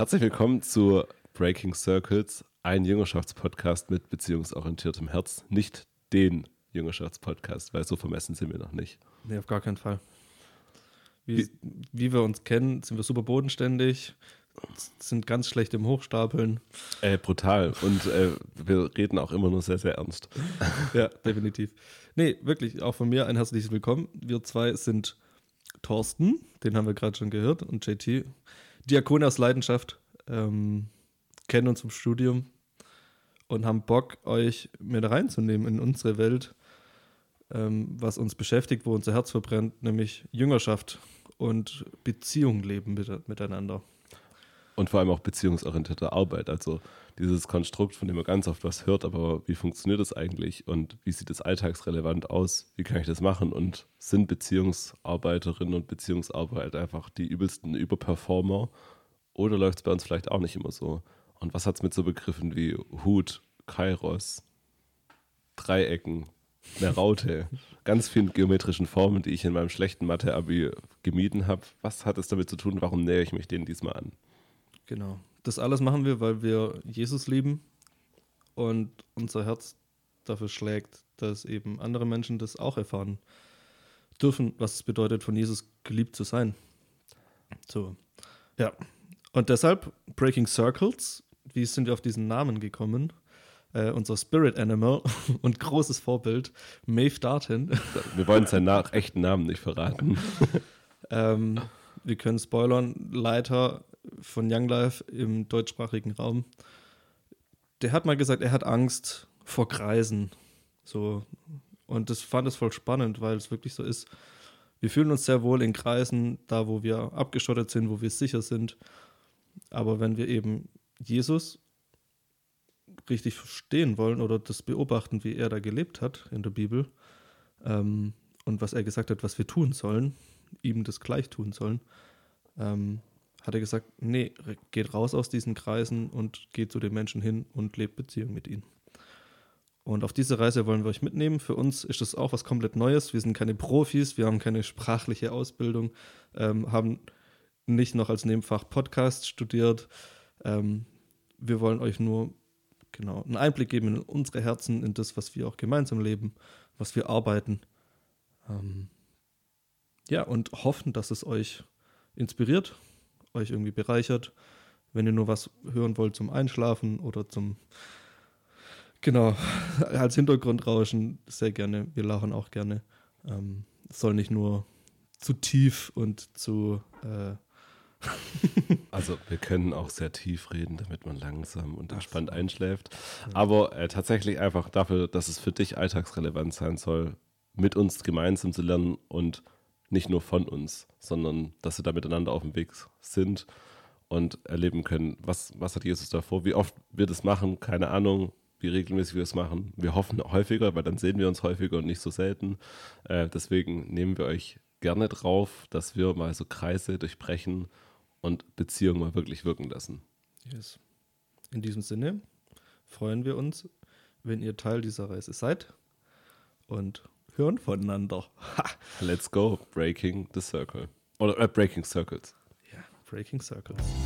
Herzlich willkommen zu Breaking Circles, ein Jüngerschaftspodcast mit beziehungsorientiertem Herz. Nicht den Jüngerschaftspodcast, weil so vermessen sind wir noch nicht. Nee, auf gar keinen Fall. Wie wir uns kennen, sind wir super bodenständig, sind ganz schlecht im Hochstapeln. Brutal. Und wir reden auch immer nur sehr, sehr ernst. Ja, definitiv. Nee, wirklich, auch von mir ein herzliches Willkommen. Wir zwei sind Thorsten, den haben wir gerade schon gehört, und JT, Diakon aus Leidenschaft, kennen uns vom Studium und haben Bock, euch mit reinzunehmen in unsere Welt, was uns beschäftigt, wo unser Herz verbrennt, nämlich Jüngerschaft und Beziehung leben miteinander. Und vor allem auch beziehungsorientierte Arbeit, also dieses Konstrukt, von dem man ganz oft was hört, aber wie funktioniert das eigentlich und wie sieht das alltagsrelevant aus, wie kann ich das machen und sind Beziehungsarbeiterinnen und Beziehungsarbeit einfach die übelsten Überperformer oder läuft es bei uns vielleicht auch nicht immer so? Und was hat es mit so Begriffen wie Hut, Kairos, Dreiecken, eine Raute, ganz vielen geometrischen Formen, die ich in meinem schlechten Mathe-Abi gemieden habe, was hat es damit zu tun, warum nähere ich mich denen diesmal an? Genau. Das alles machen wir, weil wir Jesus lieben und unser Herz dafür schlägt, dass eben andere Menschen das auch erfahren dürfen, was es bedeutet, von Jesus geliebt zu sein. So, ja. Und deshalb Breaking Circles. Wie sind wir auf diesen Namen gekommen? Unser Spirit Animal und großes Vorbild, Maeve Darton. Wir wollen seinen echten Namen nicht verraten. Wir können spoilern, Leiter von Young Life im deutschsprachigen Raum. Der hat mal gesagt, er hat Angst vor Kreisen. So. Und das fand es voll spannend, weil es wirklich so ist. Wir fühlen uns sehr wohl in Kreisen, da wo wir abgeschottet sind, wo wir sicher sind. Aber wenn wir eben Jesus richtig verstehen wollen oder das beobachten, wie er da gelebt hat in der Bibel, und was er gesagt hat, was wir tun sollen, ihm das gleich tun sollen, hat er gesagt, nee, geht raus aus diesen Kreisen und geht zu den Menschen hin und lebt Beziehung mit ihnen. Und auf diese Reise wollen wir euch mitnehmen. Für uns ist das auch was komplett Neues. Wir sind keine Profis, wir haben keine sprachliche Ausbildung, haben nicht noch als Nebenfach Podcast studiert. Wir wollen euch nur einen Einblick geben in unsere Herzen, in das, was wir auch gemeinsam leben, was wir arbeiten. Und hoffen, dass es euch inspiriert, euch irgendwie bereichert. Wenn ihr nur was hören wollt zum Einschlafen oder als Hintergrundrauschen, sehr gerne. Wir lachen auch gerne. Es soll nicht nur zu tief und zu Also wir können auch sehr tief reden, damit man langsam und entspannt einschläft. Aber tatsächlich einfach dafür, dass es für dich alltagsrelevant sein soll, mit uns gemeinsam zu lernen und nicht nur von uns, sondern dass wir da miteinander auf dem Weg sind und erleben können, was hat Jesus davor, wie oft wir das machen, keine Ahnung, wie regelmäßig wir es machen. Wir hoffen häufiger, weil dann sehen wir uns häufiger und nicht so selten. Deswegen nehmen wir euch gerne drauf, dass wir mal so Kreise durchbrechen und Beziehungen mal wirklich wirken lassen. Yes. In diesem Sinne freuen wir uns, wenn ihr Teil dieser Reise seid und hören voneinander. Let's go, Breaking the Circle. Oder Breaking Circles. Ja, Breaking Circles.